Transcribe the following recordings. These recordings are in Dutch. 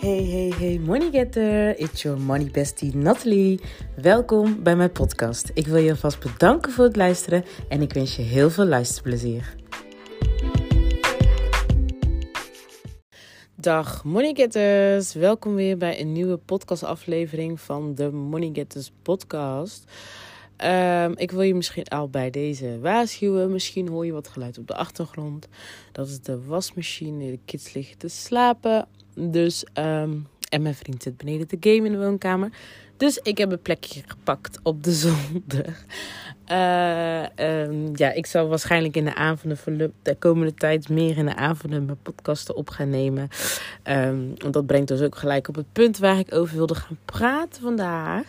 Hey, money getter. It's your money bestie Nathalie. Welkom bij mijn podcast. Ik wil je alvast bedanken voor het luisteren en ik wens je heel veel luisterplezier. Dag money getters. Welkom weer bij een nieuwe podcastaflevering van de Money Getters podcast. Ik wil je misschien al bij deze waarschuwen. Misschien hoor je wat geluid op de achtergrond. Dat is de wasmachine. De kids liggen te slapen. Dus, en mijn vriend zit beneden te gamen in de woonkamer. Dus ik heb een plekje gepakt op de zolder. Ik zal waarschijnlijk in de avonden de komende tijd meer in de avonden mijn podcasten op gaan nemen. Want dat brengt dus ook gelijk op het punt waar ik over wilde gaan praten vandaag.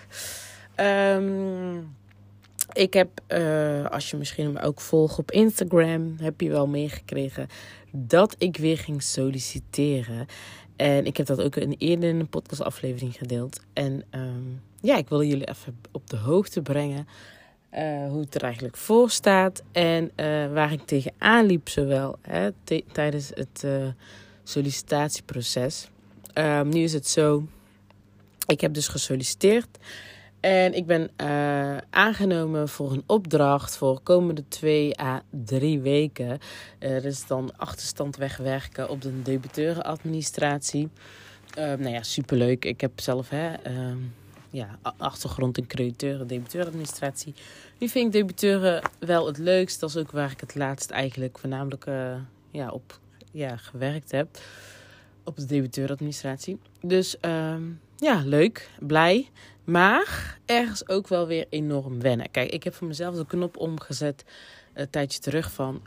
Ik heb, als je misschien me ook volgt op Instagram, heb je wel meegekregen dat ik weer ging solliciteren. En ik heb dat ook eerder in een podcastaflevering gedeeld. En ik wil jullie even op de hoogte brengen hoe het er eigenlijk voor staat. En waar ik tegenaan liep zowel tijdens het sollicitatieproces. Nu is het zo, ik heb dus gesolliciteerd. En ik ben aangenomen voor een opdracht voor de komende 2 à 3 weken. Dus dan achterstand wegwerken op de debiteurenadministratie. Superleuk. Ik heb zelf achtergrond in debiteurenadministratie. Nu vind ik debiteuren wel het leukst. Dat is ook waar ik het laatst eigenlijk voornamelijk op gewerkt heb. Op de debiteurenadministratie. Dus leuk, blij. Maar ergens ook wel weer enorm wennen. Kijk, ik heb voor mezelf de knop omgezet een tijdje terug van...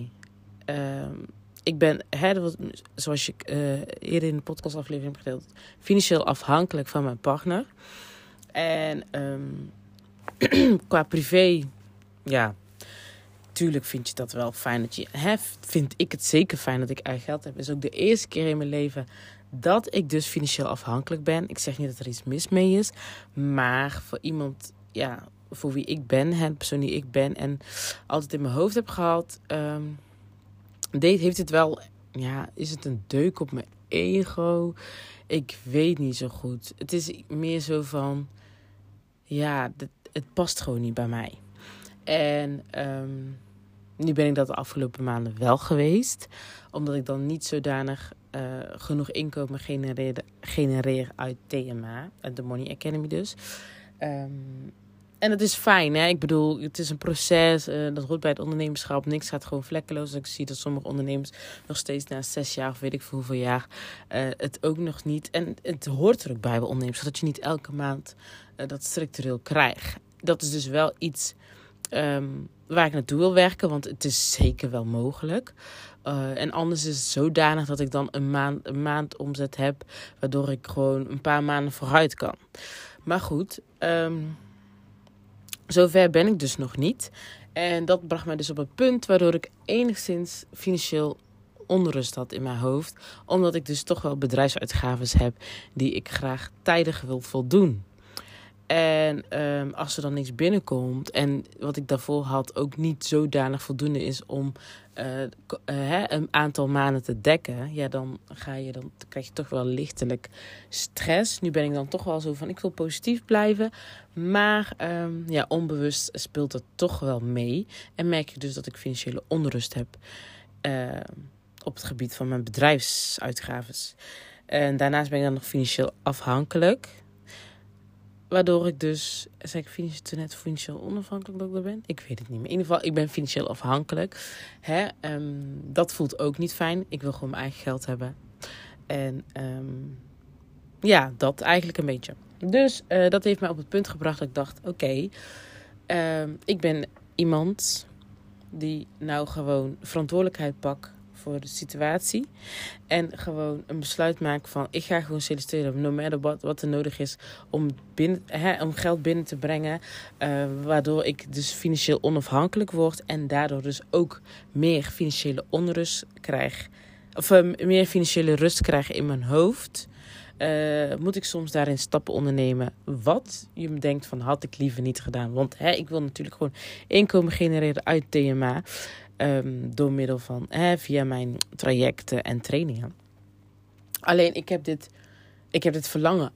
ik ben, zoals je eerder in de podcastaflevering heb gedeeld... financieel afhankelijk van mijn partner. En qua privé, tuurlijk vind je dat wel fijn dat je vind ik het zeker fijn dat ik eigen geld heb. Het is ook de eerste keer in mijn leven dat ik dus financieel afhankelijk ben. Ik zeg niet dat er iets mis mee is. Maar voor iemand, voor wie ik ben, de persoon die ik ben en altijd in mijn hoofd heb gehad, heeft het wel, is het een deuk op mijn ego? Ik weet niet zo goed. Het is meer zo van, het past gewoon niet bij mij. En nu ben ik dat de afgelopen maanden wel geweest. Omdat ik dan niet zodanig genoeg inkomen genereer uit TMA. Uit de Money Academy dus. En dat is fijn. Hè? Ik bedoel, het is een proces. Dat hoort bij het ondernemerschap. Niks gaat gewoon vlekkeloos. Ik zie dat sommige ondernemers nog steeds na 6 jaar of weet ik veel hoeveel jaar het ook nog niet. En het hoort er ook bij ondernemers. Dat je niet elke maand dat structureel krijgt. Dat is dus wel iets waar ik naartoe wil werken. Want het is zeker wel mogelijk. En anders is het zodanig dat ik dan een maand omzet heb. Waardoor ik gewoon een paar maanden vooruit kan. Maar goed, zover ben ik dus nog niet. En dat bracht mij dus op het punt waardoor ik enigszins financieel onrust had in mijn hoofd. Omdat ik dus toch wel bedrijfsuitgaven heb die ik graag tijdig wil voldoen. En als er dan niks binnenkomt en wat ik daarvoor had ook niet zodanig voldoende is om een aantal maanden te dekken, dan krijg je toch wel lichtelijk stress. Nu ben ik dan toch wel zo van, ik wil positief blijven, maar onbewust speelt dat toch wel mee. En merk je dus dat ik financiële onrust heb op het gebied van mijn bedrijfsuitgaven. En daarnaast ben ik dan nog financieel afhankelijk. Waardoor ik dus, zeg ik financieel onafhankelijk dat ik dat ben? Ik weet het niet meer. In ieder geval, ik ben financieel afhankelijk. Dat voelt ook niet fijn. Ik wil gewoon mijn eigen geld hebben. En dat eigenlijk een beetje. Dus dat heeft mij op het punt gebracht dat ik dacht, ik ben iemand die nou gewoon verantwoordelijkheid pakt voor de situatie. En gewoon een besluit maken van, ik ga gewoon solliciteren, no matter wat er nodig is om geld binnen te brengen. Waardoor ik dus financieel onafhankelijk word en daardoor dus ook meer financiële onrust krijg. Of meer financiële rust krijg in mijn hoofd. Moet ik soms daarin stappen ondernemen. Wat je denkt van, had ik liever niet gedaan. Want ik wil natuurlijk gewoon inkomen genereren uit TMA. Door middel van via mijn trajecten en trainingen. Alleen ik heb dit ik heb dit verlangen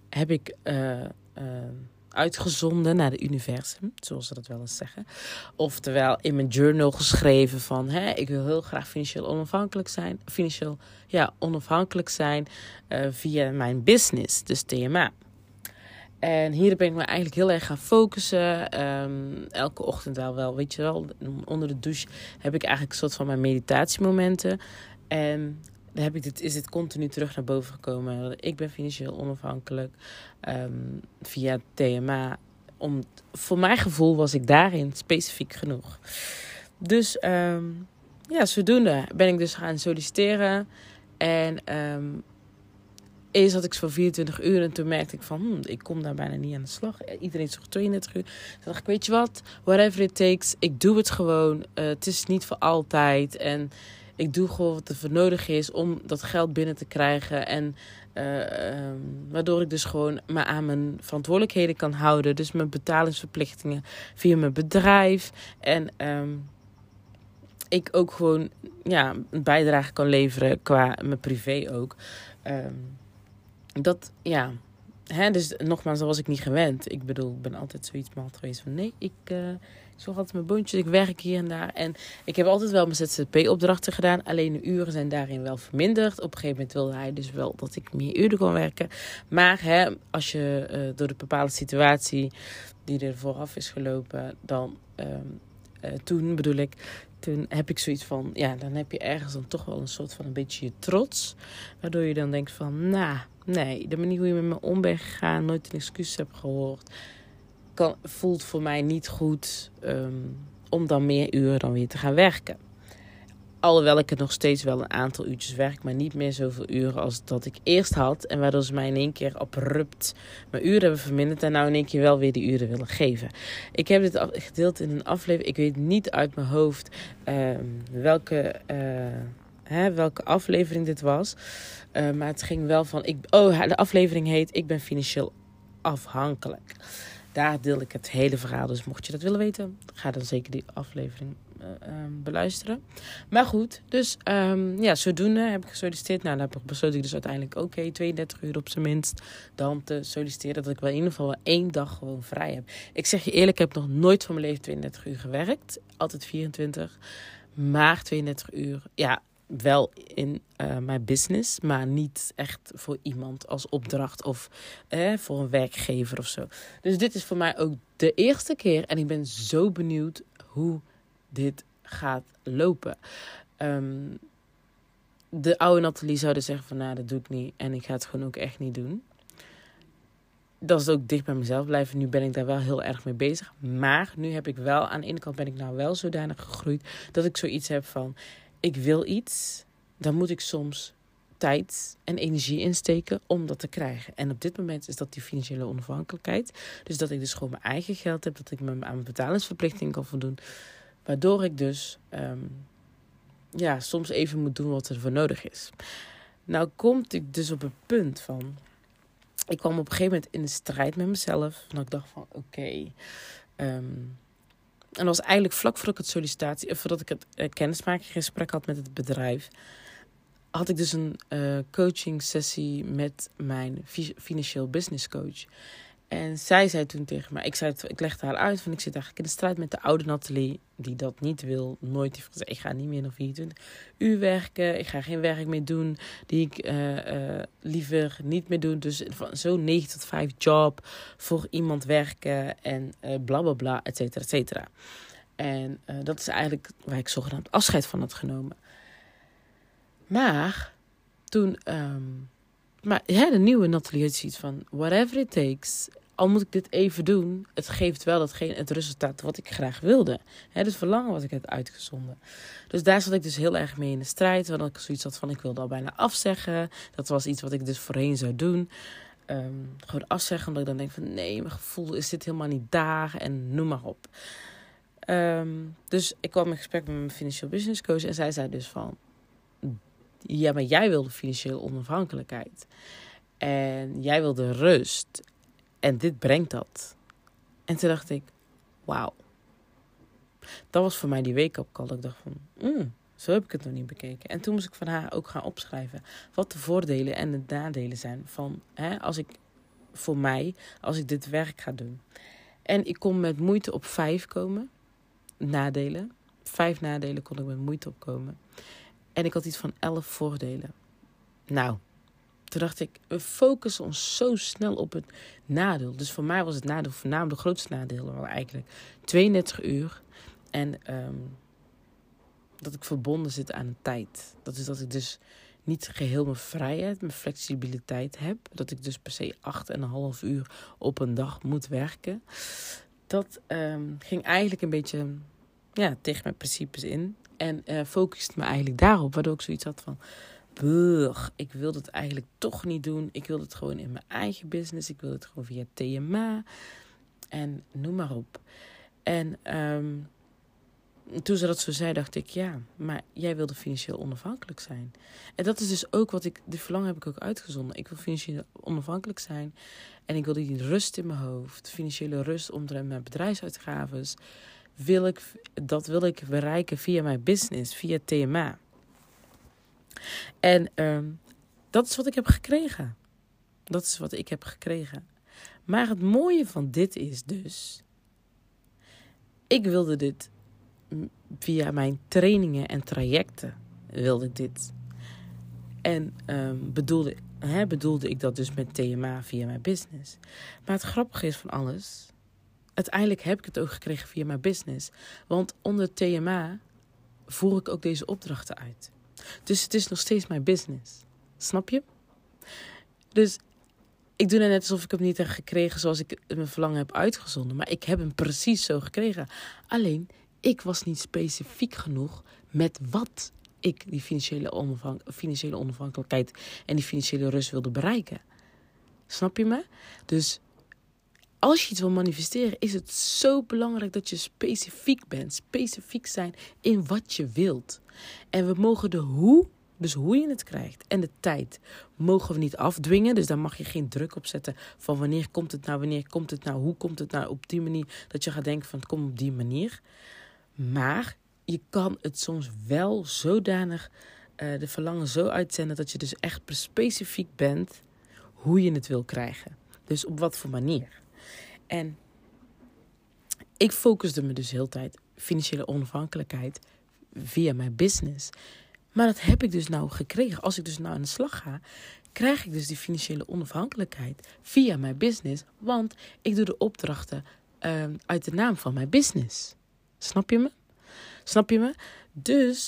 uitgezonden naar de universum, zoals ze dat wel eens zeggen. Oftewel in mijn journal geschreven van, ik wil heel graag financieel onafhankelijk zijn via mijn business, dus TMA. En hier ben ik me eigenlijk heel erg gaan focussen. Elke ochtend wel, weet je wel, onder de douche heb ik eigenlijk een soort van mijn meditatiemomenten. En dan is dit continu terug naar boven gekomen. Ik ben financieel onafhankelijk via TMA. Voor mijn gevoel was ik daarin specifiek genoeg. Dus zodoende ben ik dus gaan solliciteren. En eerst had ik zo 24 uur en toen merkte ik van, ik kom daar bijna niet aan de slag. Iedereen zocht 32 uur. Toen dacht ik, weet je wat, whatever it takes, ik doe het gewoon. Het is niet voor altijd en ik doe gewoon wat er voor nodig is om dat geld binnen te krijgen. En waardoor ik dus gewoon me aan mijn verantwoordelijkheden kan houden. Dus mijn betalingsverplichtingen via mijn bedrijf. En ik ook gewoon een bijdrage kan leveren qua mijn privé ook. Dus nogmaals, dat was ik niet gewend. Ik bedoel, ik ben altijd zoiets malt geweest van nee, ik zorg altijd mijn boontjes, ik werk hier en daar. En ik heb altijd wel mijn ZZP-opdrachten gedaan. Alleen de uren zijn daarin wel verminderd. Op een gegeven moment wilde hij dus wel dat ik meer uren kon werken. Maar als je door de bepaalde situatie die er vooraf is gelopen, dan toen heb ik zoiets van, dan heb je ergens dan toch wel een soort van een beetje je trots. Waardoor je dan denkt van, nee, de manier hoe je met me om bent gegaan, nooit een excuus heb gehoord, voelt voor mij niet goed om dan meer uren dan weer te gaan werken. Alhoewel ik het nog steeds wel een aantal uurtjes werk, maar niet meer zoveel uren als dat ik eerst had. En waardoor ze mij in één keer abrupt mijn uren hebben verminderd en nou in één keer wel weer die uren willen geven. Ik heb dit gedeeld in een aflevering. Ik weet niet uit mijn hoofd welke aflevering dit was. Maar het ging wel van, de aflevering heet Ik ben financieel afhankelijk. Daar deel ik het hele verhaal. Dus mocht je dat willen weten, ga dan zeker die aflevering beluisteren. Maar goed, dus zodoende heb ik gesolliciteerd. Nou, dan besloot ik dus uiteindelijk 32 uur op zijn minst dan te solliciteren. Dat ik wel in ieder geval 1 dag gewoon vrij heb. Ik zeg je eerlijk, ik heb nog nooit van mijn leven 32 uur gewerkt. Altijd 24. Maar 32 uur, wel in mijn business, maar niet echt voor iemand als opdracht of voor een werkgever of zo. Dus dit is voor mij ook de eerste keer en ik ben zo benieuwd hoe dit gaat lopen. De oude Nathalie zou dus zeggen van, dat doe ik niet en ik ga het gewoon ook echt niet doen. Dat is ook dicht bij mezelf blijven. Nu ben ik daar wel heel erg mee bezig. Maar nu heb ik wel, aan de ene kant ben ik nou wel zodanig gegroeid dat ik zoiets heb van, ik wil iets, dan moet ik soms tijd en energie insteken om dat te krijgen. En op dit moment is dat die financiële onafhankelijkheid. Dus dat ik dus gewoon mijn eigen geld heb, dat ik me aan mijn betalingsverplichting kan voldoen. Waardoor ik dus soms even moet doen wat er voor nodig is. Nou komt ik dus op het punt van, ik kwam op een gegeven moment in de strijd met mezelf. En ik dacht van, en dat was eigenlijk vlak voordat ik het kennismakingsgesprek had met het bedrijf, had ik dus een coaching sessie met mijn financieel business coach. En zij zei toen tegen mij, ik legde haar uit van, ik zit eigenlijk in de strijd met de oude Nathalie, die dat niet wil, nooit heeft gezegd, ik ga niet meer dan 24 uur werken, ik ga geen werk meer doen, die ik liever niet meer doen. Dus zo'n 9 tot 5 job voor iemand werken en bla bla bla, et cetera, et cetera. En dat is eigenlijk waar ik zogenaamd afscheid van had genomen. Maar toen, de nieuwe Nathalie had zoiets van, whatever it takes, al moet ik dit even doen, het geeft wel het resultaat wat ik graag wilde. Dus verlangen wat ik had uitgezonden. Dus daar zat ik dus heel erg mee in de strijd, want ik zoiets had van, ik wilde al bijna afzeggen. Dat was iets wat ik dus voorheen zou doen. Gewoon afzeggen, omdat ik dan denk van, nee, mijn gevoel is dit helemaal niet daar en noem maar op. Dus ik kwam in gesprek met mijn financieel business coach en zij zei dus van, ja, maar jij wilde financiële onafhankelijkheid. En jij wilde rust. En dit brengt dat. En toen dacht ik, wauw. Dat was voor mij die wake-up call. Ik dacht van, Zo heb ik het nog niet bekeken. En toen moest ik van haar ook gaan opschrijven wat de voordelen en de nadelen zijn van als ik dit werk ga doen. En ik kon met moeite op 5 komen. Nadelen. 5 nadelen kon ik met moeite opkomen. En ik had iets van 11 voordelen. Nou, toen dacht ik, we focussen ons zo snel op het nadeel. Dus voor mij was het nadeel voornamelijk de grootste nadeel wel eigenlijk 32 uur. En dat ik verbonden zit aan een tijd. Dat is dat ik dus niet geheel mijn vrijheid, mijn flexibiliteit heb. Dat ik dus per se 8,5 uur op een dag moet werken. Dat ging eigenlijk een beetje tegen mijn principes in. En focuste me eigenlijk daarop. Waardoor ik zoiets had van, ik wil het eigenlijk toch niet doen. Ik wil het gewoon in mijn eigen business. Ik wil het gewoon via TMA. En noem maar op. En toen ze dat zo zei, dacht ik, ja, maar jij wilde financieel onafhankelijk zijn. En dat is dus ook die verlangen heb ik ook uitgezonden. Ik wil financieel onafhankelijk zijn. En ik wil die rust in mijn hoofd, financiële rust omtrent mijn bedrijfsuitgaves. Dat wil ik bereiken via mijn business, via TMA. En dat is wat ik heb gekregen. Maar het mooie van dit is dus, ik wilde dit via mijn trainingen en trajecten wilde ik dit. En bedoelde ik dat dus met TMA via mijn business. Maar het grappige is van alles, uiteindelijk heb ik het ook gekregen via mijn business. Want onder TMA voer ik ook deze opdrachten uit. Dus het is nog steeds mijn business. Snap je? Dus ik doe net alsof ik hem niet heb gekregen zoals ik mijn verlangen heb uitgezonden. Maar ik heb hem precies zo gekregen. Alleen, ik was niet specifiek genoeg met wat ik die financiële onafhankelijkheid en die financiële rust wilde bereiken. Snap je me? Dus als je iets wil manifesteren, is het zo belangrijk dat je specifiek bent. Specifiek zijn in wat je wilt. En we mogen de hoe, dus hoe je het krijgt, en de tijd mogen we niet afdwingen. Dus daar mag je geen druk op zetten van wanneer komt het nou, hoe komt het nou op die manier. Dat je gaat denken van het komt op die manier. Maar je kan het soms wel zodanig, de verlangen zo uitzenden dat je dus echt specifiek bent hoe je het wil krijgen. Dus op wat voor manier. En ik focusde me dus de hele tijd financiële onafhankelijkheid via mijn business. Maar dat heb ik dus nou gekregen. Als ik dus nou aan de slag ga, krijg ik dus die financiële onafhankelijkheid via mijn business. Want ik doe de opdrachten uit de naam van mijn business. Snap je me? Dus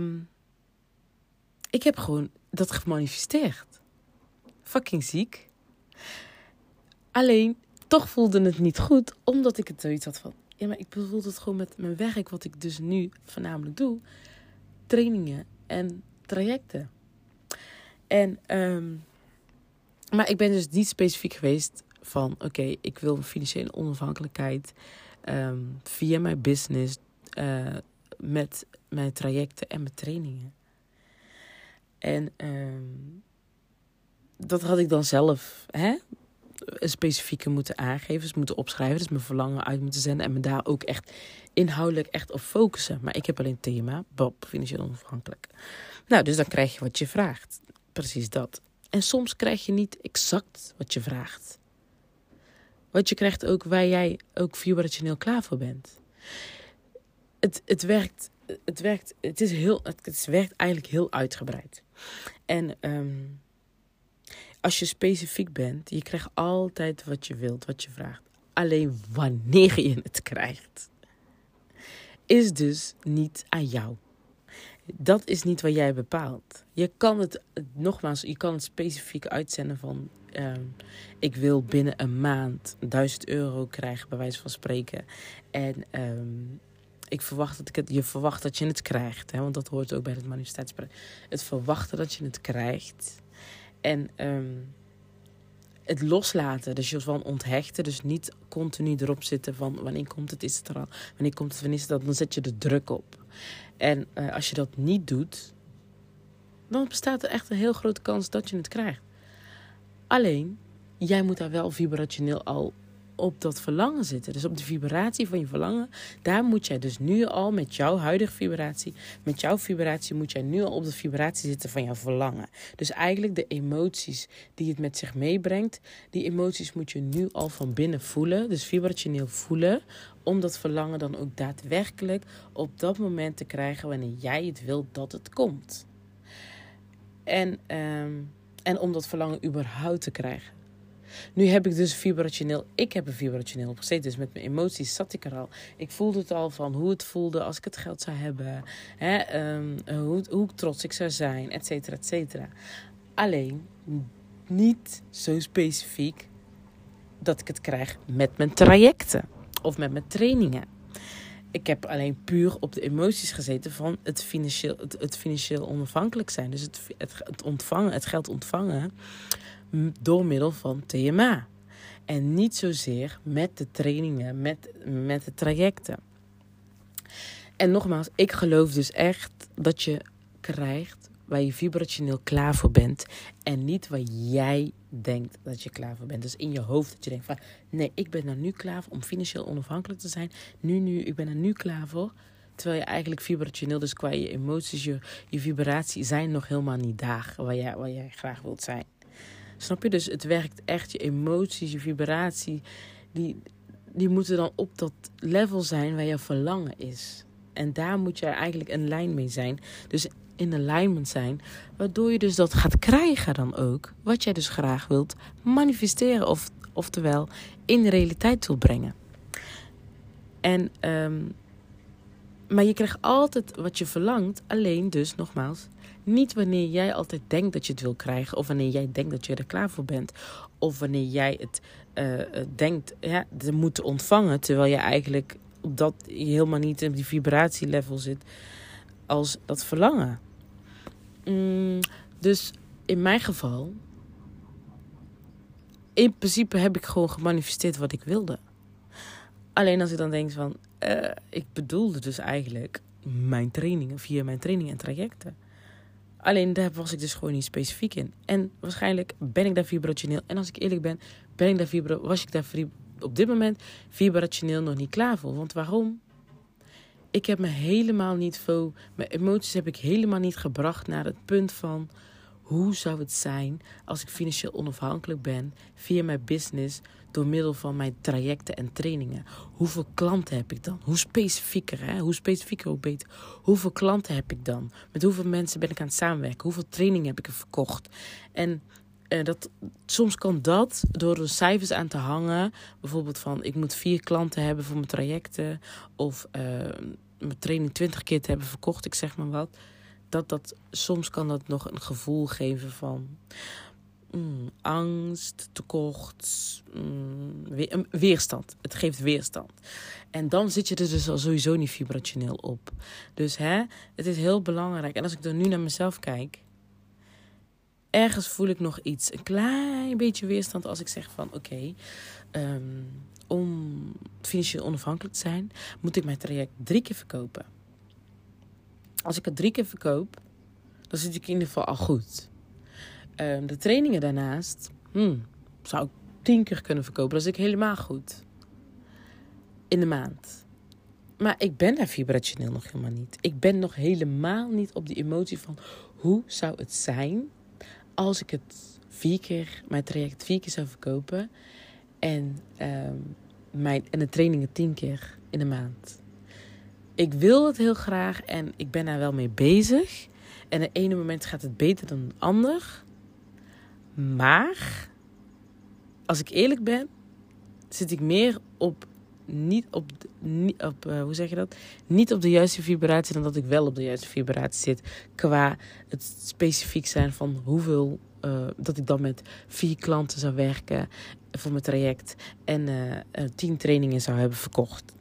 ik heb gewoon dat gemanifesteerd. Fucking ziek. Alleen, toch voelde het niet goed, omdat ik het zoiets had van, ja, maar ik bedoel het gewoon met mijn werk, wat ik dus nu voornamelijk doe. Trainingen en trajecten. En, maar ik ben dus niet specifiek geweest van, oké, ik wil een financiële onafhankelijkheid via mijn business, met mijn trajecten en mijn trainingen. En dat had ik dan zelf, specifieke moeten aangeven, dus moeten opschrijven, dus mijn verlangen uit moeten zenden en me daar ook echt inhoudelijk echt op focussen. Maar ik heb alleen thema, financieel onafhankelijk. Nou, dus dan krijg je wat je vraagt. Precies dat. En soms krijg je niet exact wat je vraagt. Want je krijgt ook waar jij ook vibrationeel klaar voor bent. Het werkt eigenlijk heel uitgebreid. En als je specifiek bent, je krijgt altijd wat je wilt, wat je vraagt. Alleen wanneer je het krijgt, is dus niet aan jou. Dat is niet wat jij bepaalt. Je kan het specifiek uitzenden van, ik wil binnen een maand €1000 krijgen, bij wijze van spreken. En je verwacht dat je het krijgt. Hè, want dat hoort ook bij het manifestatiespraak. Het verwachten dat je het krijgt. En het loslaten, dus je van onthechten. Dus niet continu erop zitten van wanneer komt het, is het er al. Wanneer komt het, wanneer is het dat, dan zet je de druk op. En als je dat niet doet, dan bestaat er echt een heel grote kans dat je het krijgt. Alleen, jij moet daar wel vibrationeel al op dat verlangen zitten. Dus op de vibratie van je verlangen. Daar moet jij dus nu al met jouw huidige vibratie. Met jouw vibratie moet jij nu al op de vibratie zitten van jouw verlangen. Dus eigenlijk de emoties die het met zich meebrengt. Die emoties moet je nu al van binnen voelen. Dus vibrationeel voelen. Om dat verlangen dan ook daadwerkelijk op dat moment te krijgen wanneer jij het wilt dat het komt. En om dat verlangen überhaupt te krijgen. Nu heb ik dus ik heb er vibrationeel op gezeten. Dus met mijn emoties zat ik er al. Ik voelde het al van hoe het voelde als ik het geld zou hebben. Hoe trots ik zou zijn, et cetera, et cetera. Alleen niet zo specifiek dat ik het krijg met mijn trajecten. Of met mijn trainingen. Ik heb alleen puur op de emoties gezeten van het financieel onafhankelijk zijn. Dus het geld ontvangen door middel van TMA. En niet zozeer met de trainingen, met de trajecten. En nogmaals, ik geloof dus echt dat je krijgt waar je vibrationeel klaar voor bent. En niet waar jij denkt dat je klaar voor bent. Dus in je hoofd dat je denkt van, nee, ik ben er nu klaar voor om financieel onafhankelijk te zijn. Ik ben er nu klaar voor. Terwijl je eigenlijk vibrationeel, dus qua je emoties, je vibratie zijn nog helemaal niet daar waar jij graag wilt zijn. Snap je? Dus het werkt echt, je emoties, je vibratie, die moeten dan op dat level zijn waar je verlangen is. En daar moet je eigenlijk in lijn mee zijn. Dus in alignment zijn, waardoor je dus dat gaat krijgen dan ook, wat jij dus graag wilt manifesteren, oftewel in de realiteit wilt brengen. Maar je krijgt altijd wat je verlangt, alleen dus nogmaals, niet wanneer jij altijd denkt dat je het wil krijgen, of wanneer jij denkt dat je er klaar voor bent, of wanneer jij het denkt te moeten ontvangen, terwijl je eigenlijk op dat je helemaal niet op die vibratielevel zit als dat verlangen. Dus in mijn geval, in principe heb ik gewoon gemanifesteerd wat ik wilde. Alleen als ik dan denk van, ik bedoelde dus eigenlijk mijn trainingen, via mijn trainingen en trajecten. Alleen daar was ik dus gewoon niet specifiek in. En waarschijnlijk ben ik daar vibrationeel. En als ik eerlijk ben, was ik daar op dit moment vibrationeel nog niet klaar voor. Want waarom? Ik heb mijn emoties heb ik helemaal niet gebracht naar het punt van, hoe zou het zijn als ik financieel onafhankelijk ben via mijn business door middel van mijn trajecten en trainingen? Hoeveel klanten heb ik dan? Hoe specifieker, hoe beter. Hoeveel klanten heb ik dan? Met hoeveel mensen ben ik aan het samenwerken? Hoeveel trainingen heb ik er verkocht? En soms kan dat door de cijfers aan te hangen. Bijvoorbeeld van, ik moet 4 klanten hebben voor mijn trajecten. Of mijn training 20 keer te hebben verkocht, ik zeg maar wat. Soms kan dat nog een gevoel geven van angst, tekort, weerstand. Het geeft weerstand. En dan zit je er dus al sowieso niet vibrationeel op. Dus het is heel belangrijk. En als ik dan nu naar mezelf kijk, ergens voel ik nog iets, een klein beetje weerstand als ik zeg van oké, om financieel onafhankelijk te zijn, moet ik mijn traject 3 keer verkopen. Als ik het 3 keer verkoop, dan zit ik in ieder geval al goed. De trainingen daarnaast, zou ik 10 keer kunnen verkopen. Dan zit ik helemaal goed. In de maand. Maar ik ben daar vibrationeel nog helemaal niet. Ik ben nog helemaal niet op die emotie van, hoe zou het zijn als ik het mijn traject 4 keer zou verkopen en de trainingen 10 keer in de maand. Ik wil het heel graag en ik ben daar wel mee bezig. En het ene moment gaat het beter dan het ander. Maar, als ik eerlijk ben, zit ik meer niet op de juiste vibratie dan dat ik wel op de juiste vibratie zit. Qua het specifiek zijn van hoeveel, dat ik dan met 4 klanten zou werken voor mijn traject. En 10 trainingen zou hebben verkocht.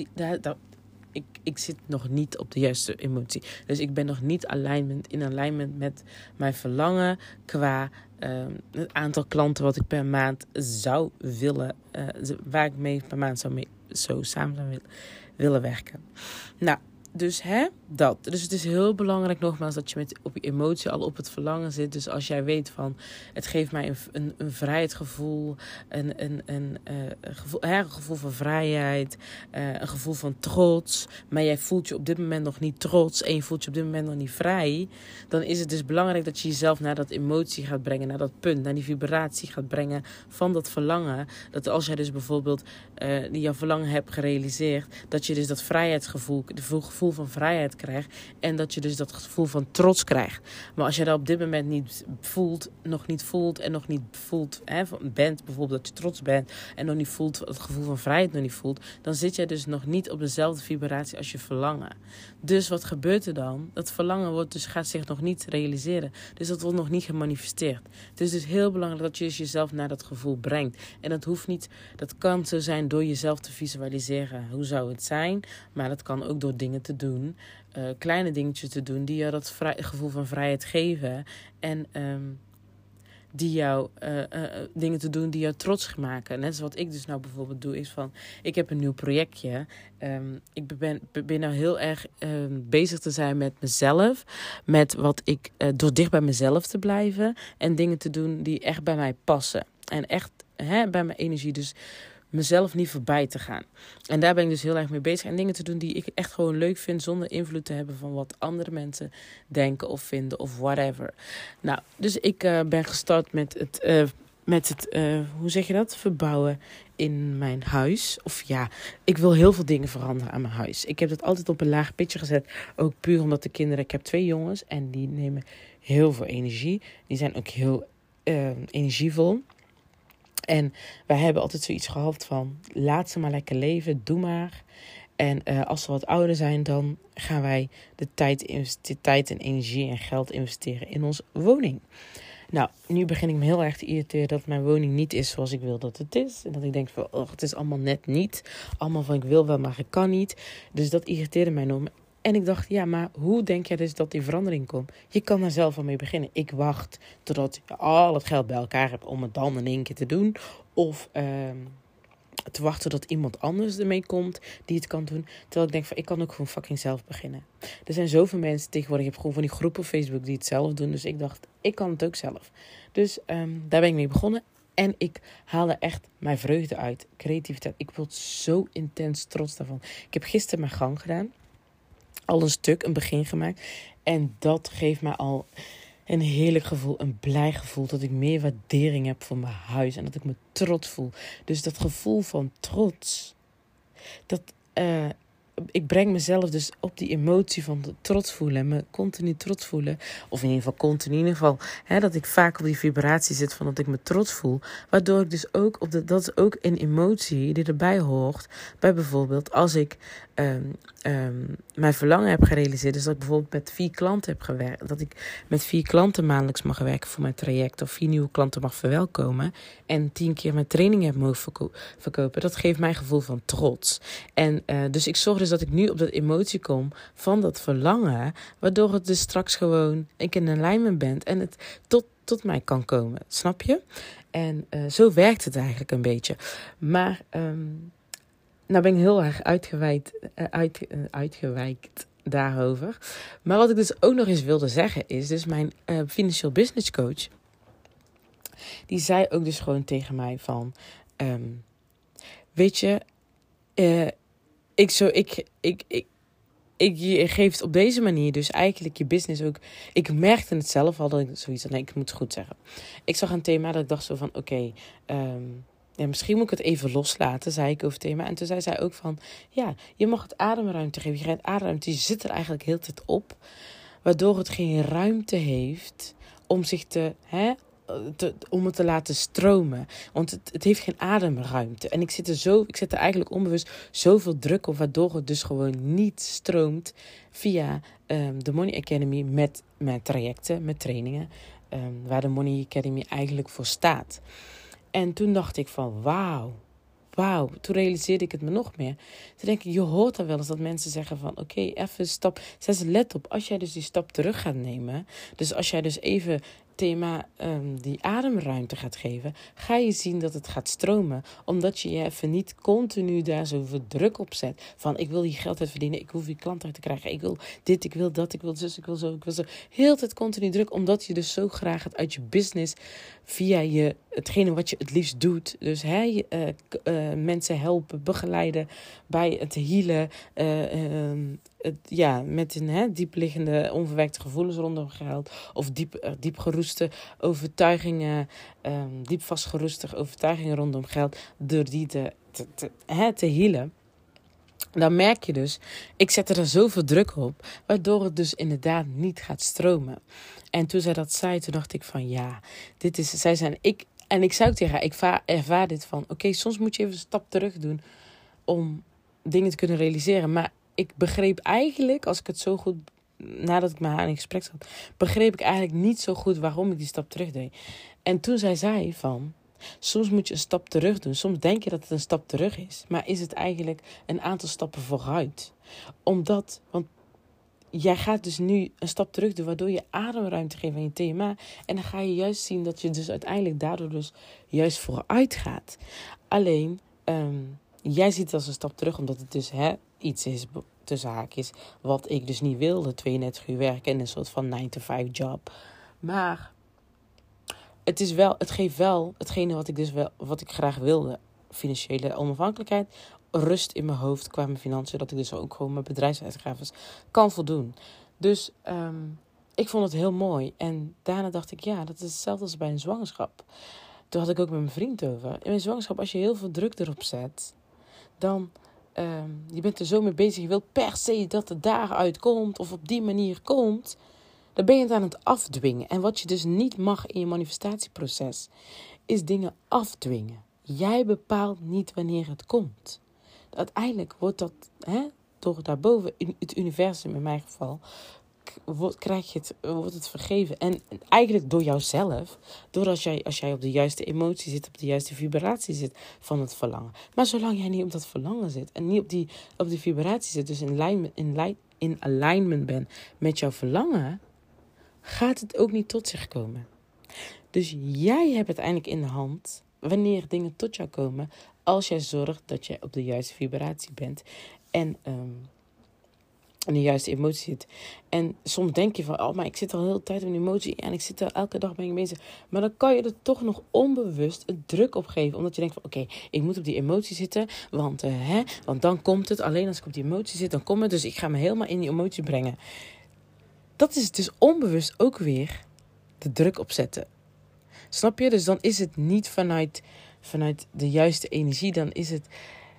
Ik zit nog niet op de juiste emotie. Dus ik ben nog niet in alignment met mijn verlangen qua het aantal klanten wat ik per maand zou willen, waar ik mee per maand zou samen zou willen werken. Nou, Dus dat. Dus het is heel belangrijk nogmaals dat je op je emotie al op het verlangen zit. Dus als jij weet van het geeft mij een vrijheidsgevoel, een gevoel van vrijheid, een gevoel van trots. Maar jij voelt je op dit moment nog niet trots en je voelt je op dit moment nog niet vrij. Dan is het dus belangrijk dat je jezelf naar dat emotie gaat brengen, naar dat punt, naar die vibratie gaat brengen van dat verlangen. Dat als jij dus bijvoorbeeld jouw verlangen hebt gerealiseerd, dat je dus dat vrijheidsgevoel, het gevoel van vrijheid krijgt en dat je dus dat gevoel van trots krijgt. Maar als je dat op dit moment niet voelt, nog niet voelt en nog niet voelt, bent bijvoorbeeld dat je trots bent en nog niet voelt, het gevoel van vrijheid nog niet voelt, dan zit jij dus nog niet op dezelfde vibratie als je verlangen. Dus wat gebeurt er dan? Dat verlangen gaat zich nog niet realiseren. Dus dat wordt nog niet gemanifesteerd. Het is dus heel belangrijk dat je jezelf naar dat gevoel brengt. En dat kan zo zijn door jezelf te visualiseren. Hoe zou het zijn? Maar dat kan ook door dingen te doen. Kleine dingetjes te doen die je dat gevoel van vrijheid geven. En die jou dingen te doen die jou trots maken. Net zoals wat ik dus nou bijvoorbeeld doe, is van, ik heb een nieuw projectje. Ik ben nou heel erg bezig te zijn met mezelf. Met wat ik, door dicht bij mezelf te blijven. En dingen te doen die echt bij mij passen. En echt bij mijn energie. Dus mezelf niet voorbij te gaan. En daar ben ik dus heel erg mee bezig. En dingen te doen die ik echt gewoon leuk vind, zonder invloed te hebben van wat andere mensen denken of vinden of whatever. Nou, dus ik ben gestart met het hoe zeg je dat? Verbouwen in mijn huis. Of ja, ik wil heel veel dingen veranderen aan mijn huis. Ik heb dat altijd op een laag pitje gezet. Ook puur omdat de kinderen, ik heb 2 jongens en die nemen heel veel energie. Die zijn ook heel energievol. En wij hebben altijd zoiets gehad van, laat ze maar lekker leven, doe maar. En als ze wat ouder zijn, dan gaan wij de tijd en energie en geld investeren in onze woning. Nou, nu begin ik me heel erg te irriteren dat mijn woning niet is zoals ik wil dat het is. En dat ik denk van, het is allemaal net niet. Allemaal van, ik wil wel, maar ik kan niet. Dus dat irriteerde mij enorm. En ik dacht, ja, maar hoe denk jij dus dat die verandering komt? Je kan daar zelf al mee beginnen. Ik wacht totdat je al het geld bij elkaar hebt om het dan in één keer te doen. Of te wachten tot iemand anders ermee komt die het kan doen. Terwijl ik denk van, ik kan ook gewoon fucking zelf beginnen. Er zijn zoveel mensen tegenwoordig. Ik heb gewoon van die groepen op Facebook die het zelf doen. Dus ik dacht, ik kan het ook zelf. Dus daar ben ik mee begonnen. En ik haalde echt mijn vreugde uit. Creativiteit. Ik word zo intens trots daarvan. Ik heb gisteren mijn gang gedaan. Al een begin gemaakt. En dat geeft mij al een heerlijk gevoel, een blij gevoel. Dat ik meer waardering heb voor mijn huis. En dat ik me trots voel. Dus dat gevoel van trots. Ik breng mezelf dus op die emotie van trots voelen. En me continu trots voelen. Of in ieder geval dat ik vaak op die vibratie zit van dat ik me trots voel. Waardoor ik dus ook, dat is ook een emotie die erbij hoort. Bij bijvoorbeeld als ik mijn verlangen heb gerealiseerd. Dus dat ik bijvoorbeeld met 4 klanten heb gewerkt. Dat ik met 4 klanten maandelijks mag werken voor mijn traject. Of 4 nieuwe klanten mag verwelkomen. En 10 keer mijn training heb mogen verkopen. Dat geeft mij een gevoel van trots. En dus ik zorg dus dat ik nu op dat emotie kom van dat verlangen. Waardoor het dus straks gewoon ik in alignment ben. En het tot mij kan komen. Snap je? En zo werkt het eigenlijk een beetje. Maar nou ben ik heel erg uitgewijkt daarover. Maar wat ik dus ook nog eens wilde zeggen is, dus mijn financieel business coach, die zei ook dus gewoon tegen mij van, weet je, je geeft op deze manier dus eigenlijk je business ook. Ik merkte het zelf al dat ik zoiets had. Nee, ik moet het goed zeggen. Ik zag een thema dat ik dacht zo van, oké, misschien moet ik het even loslaten, zei ik over het thema. En toen zei zij ook van, ja, je mag het ademruimte geven. Je geeft ademruimte, je zit er eigenlijk heel de tijd op. Waardoor het geen ruimte heeft om zich om het te laten stromen. Want het heeft geen ademruimte. En ik zet er eigenlijk onbewust zoveel druk op, waardoor het dus gewoon niet stroomt via de Money Academy met mijn trajecten, met trainingen, waar de Money Academy eigenlijk voor staat. En toen dacht ik van, wauw. Toen realiseerde ik het me nog meer. Toen denk ik, je hoort er wel eens dat mensen zeggen van, oké, even stap. Let op, als jij dus die stap terug gaat nemen. Dus als jij dus even thema die ademruimte gaat geven, ga je zien dat het gaat stromen. Omdat je even niet continu daar zoveel druk op zet. Van ik wil hier geld uit verdienen, ik hoef die klant uit te krijgen. Ik wil dit, ik wil dat, ik wil zus, ik wil zo, ik wil zo. Heel de tijd continu druk, omdat je dus zo graag het uit je business via hetgene wat je het liefst doet. Dus mensen helpen, begeleiden bij het healen. Met een diepliggende onverwerkte gevoelens rondom geld. Of diep geroeste overtuigingen. Diep vastgeroeste overtuigingen rondom geld. Door die te healen. Dan merk je dus, ik zet er zoveel druk op. Waardoor het dus inderdaad niet gaat stromen. En toen zij dat zei, toen dacht ik van ja, dit is... En ik zei ook tegen haar, ik ervaar dit van... Oké, soms moet je even een stap terug doen om dingen te kunnen realiseren. Maar ik begreep eigenlijk, als ik het zo goed... Nadat ik met haar in gesprek zat, begreep ik eigenlijk niet zo goed waarom ik die stap terug deed. En toen zij zei van... Soms moet je een stap terug doen. Soms denk je dat het een stap terug is. Maar is het eigenlijk een aantal stappen vooruit? Want jij gaat dus nu een stap terug doen, waardoor je ademruimte geeft aan je thema. En dan ga je juist zien dat je dus uiteindelijk daardoor dus juist vooruit gaat. Alleen, jij ziet het als een stap terug, omdat het dus iets is, tussen haakjes, wat ik dus niet wilde. 32 uur werken en een soort van 9-to-5 job. Maar het geeft wel hetgene wat ik graag wilde. Financiële onafhankelijkheid. Rust in mijn hoofd qua mijn financiën. Dat ik dus ook gewoon mijn bedrijfsuitgaven kan voldoen. Dus ik vond het heel mooi. En daarna dacht ik, ja, dat is hetzelfde als bij een zwangerschap. Toen had ik ook met mijn vriend over. In mijn zwangerschap, als je heel veel druk erop zet, dan... je bent er zo mee bezig. Je wilt per se dat het daaruit komt. Of op die manier komt. Dan ben je het aan het afdwingen. En wat je dus niet mag in je manifestatieproces, is dingen afdwingen. Jij bepaalt niet wanneer het komt. Uiteindelijk wordt dat, door daarboven, in het universum in mijn geval, wordt het vergeven. En eigenlijk door jouzelf, als jij op de juiste emotie zit, op de juiste vibratie zit van het verlangen. Maar zolang jij niet op dat verlangen zit en niet op die vibratie zit, dus in alignment bent met jouw verlangen, gaat het ook niet tot zich komen. Dus jij hebt uiteindelijk in de hand wanneer dingen tot jou komen, als jij zorgt dat jij op de juiste vibratie bent en de juiste emotie zit. En soms denk je van, maar ik zit al heel de hele tijd in een emotie en ik zit er elke dag mee bezig. Maar dan kan je er toch nog onbewust een druk op geven, omdat je denkt van, oké, ik moet op die emotie zitten, want dan komt het. Alleen als ik op die emotie zit, dan komt het. Dus ik ga me helemaal in die emotie brengen. Dat is dus onbewust ook weer de druk opzetten. Snap je? Dus dan is het niet vanuit de juiste energie. Dan is het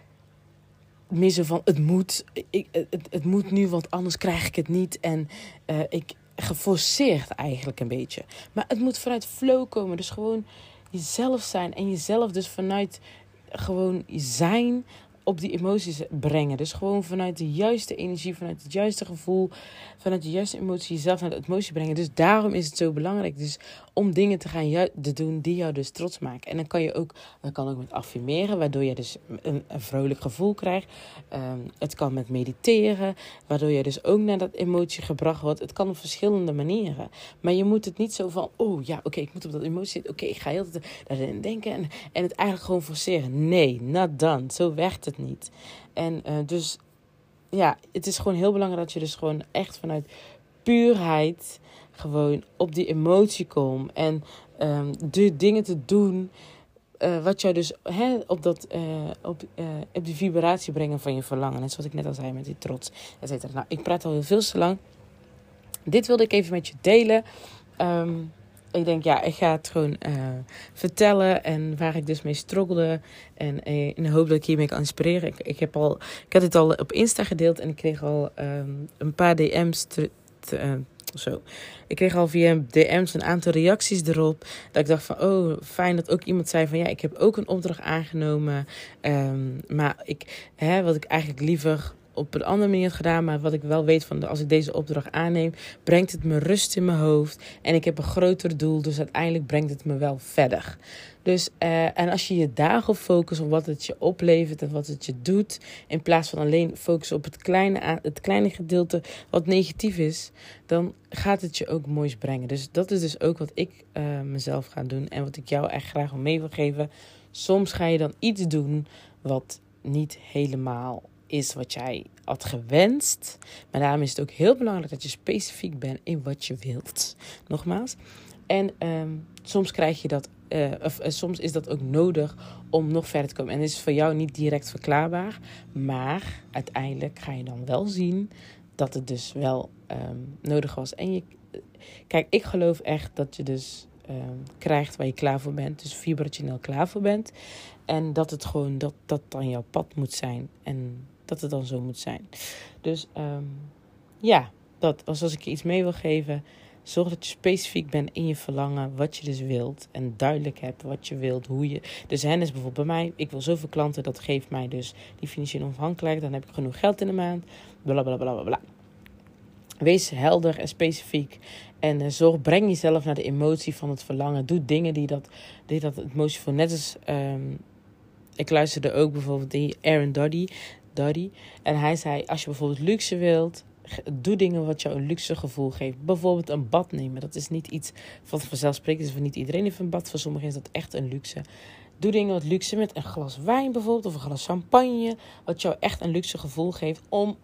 meer zo van, het moet nu, want anders krijg ik het niet. En geforceerd eigenlijk een beetje. Maar het moet vanuit flow komen. Dus gewoon jezelf zijn. En jezelf dus vanuit gewoon zijn op die emoties brengen. Dus gewoon vanuit de juiste energie, vanuit het juiste gevoel, vanuit de juiste emotie jezelf naar de emotie brengen. Dus daarom is het zo belangrijk dus om dingen te gaan doen die jou dus trots maken. En dat kan ook met affirmeren, waardoor je dus een vrolijk gevoel krijgt. Het kan met mediteren, waardoor je dus ook naar dat emotie gebracht wordt. Het kan op verschillende manieren. Maar je moet het niet zo van, ik moet op dat emotie zitten. Oké, ik ga heel de tijd daarin denken en het eigenlijk gewoon forceren. Nee, not done. Zo werkt het niet. En dus ja, het is gewoon heel belangrijk dat je dus gewoon echt vanuit puurheid gewoon op die emotie komt. En de dingen te doen wat jou dus op die vibratie brengen van je verlangen. Net zoals ik net al zei met die trots, et cetera. Nou, ik praat al heel veel te lang. Dit wilde ik even met je delen. Ik denk, ik ga het gewoon vertellen en waar ik dus mee struggelde. En in de hoop dat ik hiermee kan inspireren. Ik had dit al op Insta gedeeld en ik kreeg al een paar DM's Ik kreeg al via DM's een aantal reacties erop. Dat ik dacht van, fijn dat ook iemand zei van, ik heb ook een opdracht aangenomen. Maar wat ik eigenlijk liever op een andere manier had gedaan. Maar wat ik wel weet van als ik deze opdracht aanneem, brengt het me rust in mijn hoofd. En ik heb een groter doel. Dus uiteindelijk brengt het me wel verder. Dus, en als je je daarop focust op wat het je oplevert en wat het je doet. In plaats van alleen focussen op het kleine gedeelte wat negatief is. Dan gaat het je ook moois brengen. Dus dat is dus ook wat ik mezelf ga doen. En wat ik jou echt graag mee wil geven. Soms ga je dan iets doen wat niet helemaal is wat jij had gewenst. Maar daarom is het ook heel belangrijk dat je specifiek bent in wat je wilt. Nogmaals. En soms krijg je dat, soms is dat ook nodig om nog verder te komen. En het is voor jou niet direct verklaarbaar. Maar uiteindelijk ga je dan wel zien dat het dus wel nodig was. En kijk, ik geloof echt dat je dus krijgt waar je klaar voor bent. Dus vibrationeel klaar voor bent. En dat het gewoon, dat dan jouw pad moet zijn. En dat het dan zo moet zijn. Dus dat was als ik je iets mee wil geven. Zorg dat je specifiek bent in je verlangen, wat je dus wilt. En duidelijk hebt wat je wilt, hoe je... Dus hen is bijvoorbeeld bij mij, ik wil zoveel klanten, dat geeft mij dus die financiële onafhankelijkheid. Dan heb ik genoeg geld in de maand. Blablabla. Wees helder en specifiek. En breng jezelf naar de emotie van het verlangen. Doe dingen die dat emotie voor. Net als, ik luisterde ook bijvoorbeeld die Aaron Duddy. En hij zei, als je bijvoorbeeld luxe wilt, doe dingen wat jou een luxe gevoel geeft. Bijvoorbeeld een bad nemen. Dat is niet iets van vanzelfsprekend is voor niet iedereen heeft een bad. Voor sommigen is dat echt een luxe. Doe dingen wat luxe met een glas wijn bijvoorbeeld. Of een glas champagne. Wat jou echt een luxe gevoel geeft. Om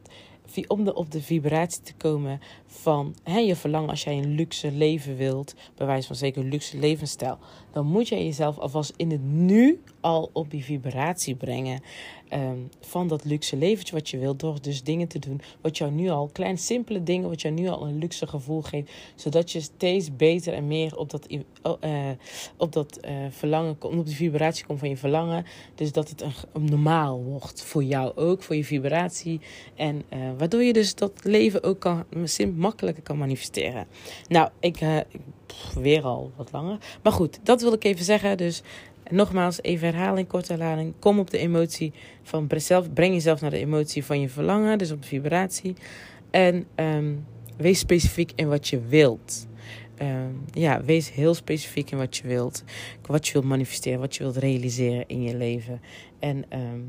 op de vibratie te komen van je verlangen. Als jij een luxe leven wilt. Bij wijze van zeker een luxe levensstijl. Dan moet jij jezelf alvast in het nu al op die vibratie brengen. Van dat luxe leventje wat je wilt. Door dus dingen te doen wat jou nu al, kleine simpele dingen wat jou nu al een luxe gevoel geeft. Zodat je steeds beter en meer op dat verlangen komt, op die vibratie komt van je verlangen. Dus dat het een normaal wordt voor jou ook, voor je vibratie. En waardoor je dus dat leven ook makkelijker kan manifesteren. Nou, ik weer al wat langer. Maar goed, dat wil ik even zeggen. Dus nogmaals, even herhaling, korte herhaling. Kom op de emotie van breng jezelf naar de emotie van je verlangen. Dus op de vibratie. En wees specifiek in wat je wilt. Wees heel specifiek in wat je wilt. Wat je wilt manifesteren, wat je wilt realiseren in je leven. En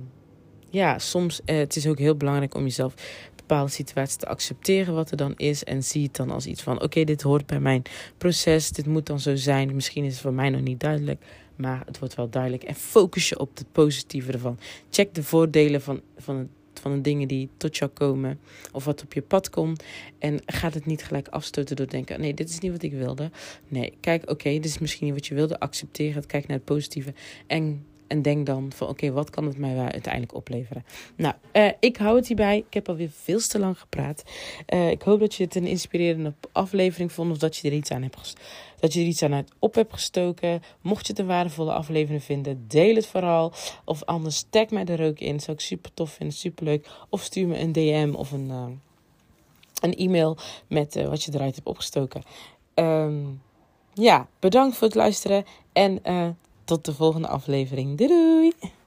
soms, het is ook heel belangrijk om jezelf bepaalde situaties te accepteren wat er dan is. En zie het dan als iets van, oké, dit hoort bij mijn proces. Dit moet dan zo zijn. Misschien is het voor mij nog niet duidelijk. Maar het wordt wel duidelijk. En focus je op het positieve ervan. Check de voordelen van de dingen die tot jou komen. Of wat op je pad komt. En ga het niet gelijk afstoten door te denken, nee, dit is niet wat ik wilde. Nee, kijk, oké, dit is misschien niet wat je wilde. Accepteer het, kijk naar het positieve. En denk dan van, oké, wat kan het mij uiteindelijk opleveren? Nou, ik hou het hierbij. Ik heb alweer veel te lang gepraat. Ik hoop dat je het een inspirerende aflevering vond. Of dat je er iets aan op hebt gestoken. Mocht je het een waardevolle aflevering vinden, deel het vooral. Of anders tag mij er ook in. Dat zou ik super tof vinden, super leuk. Of stuur me een DM of een e-mail met wat je eruit hebt opgestoken. Bedankt voor het luisteren. En tot de volgende aflevering. Doei doei!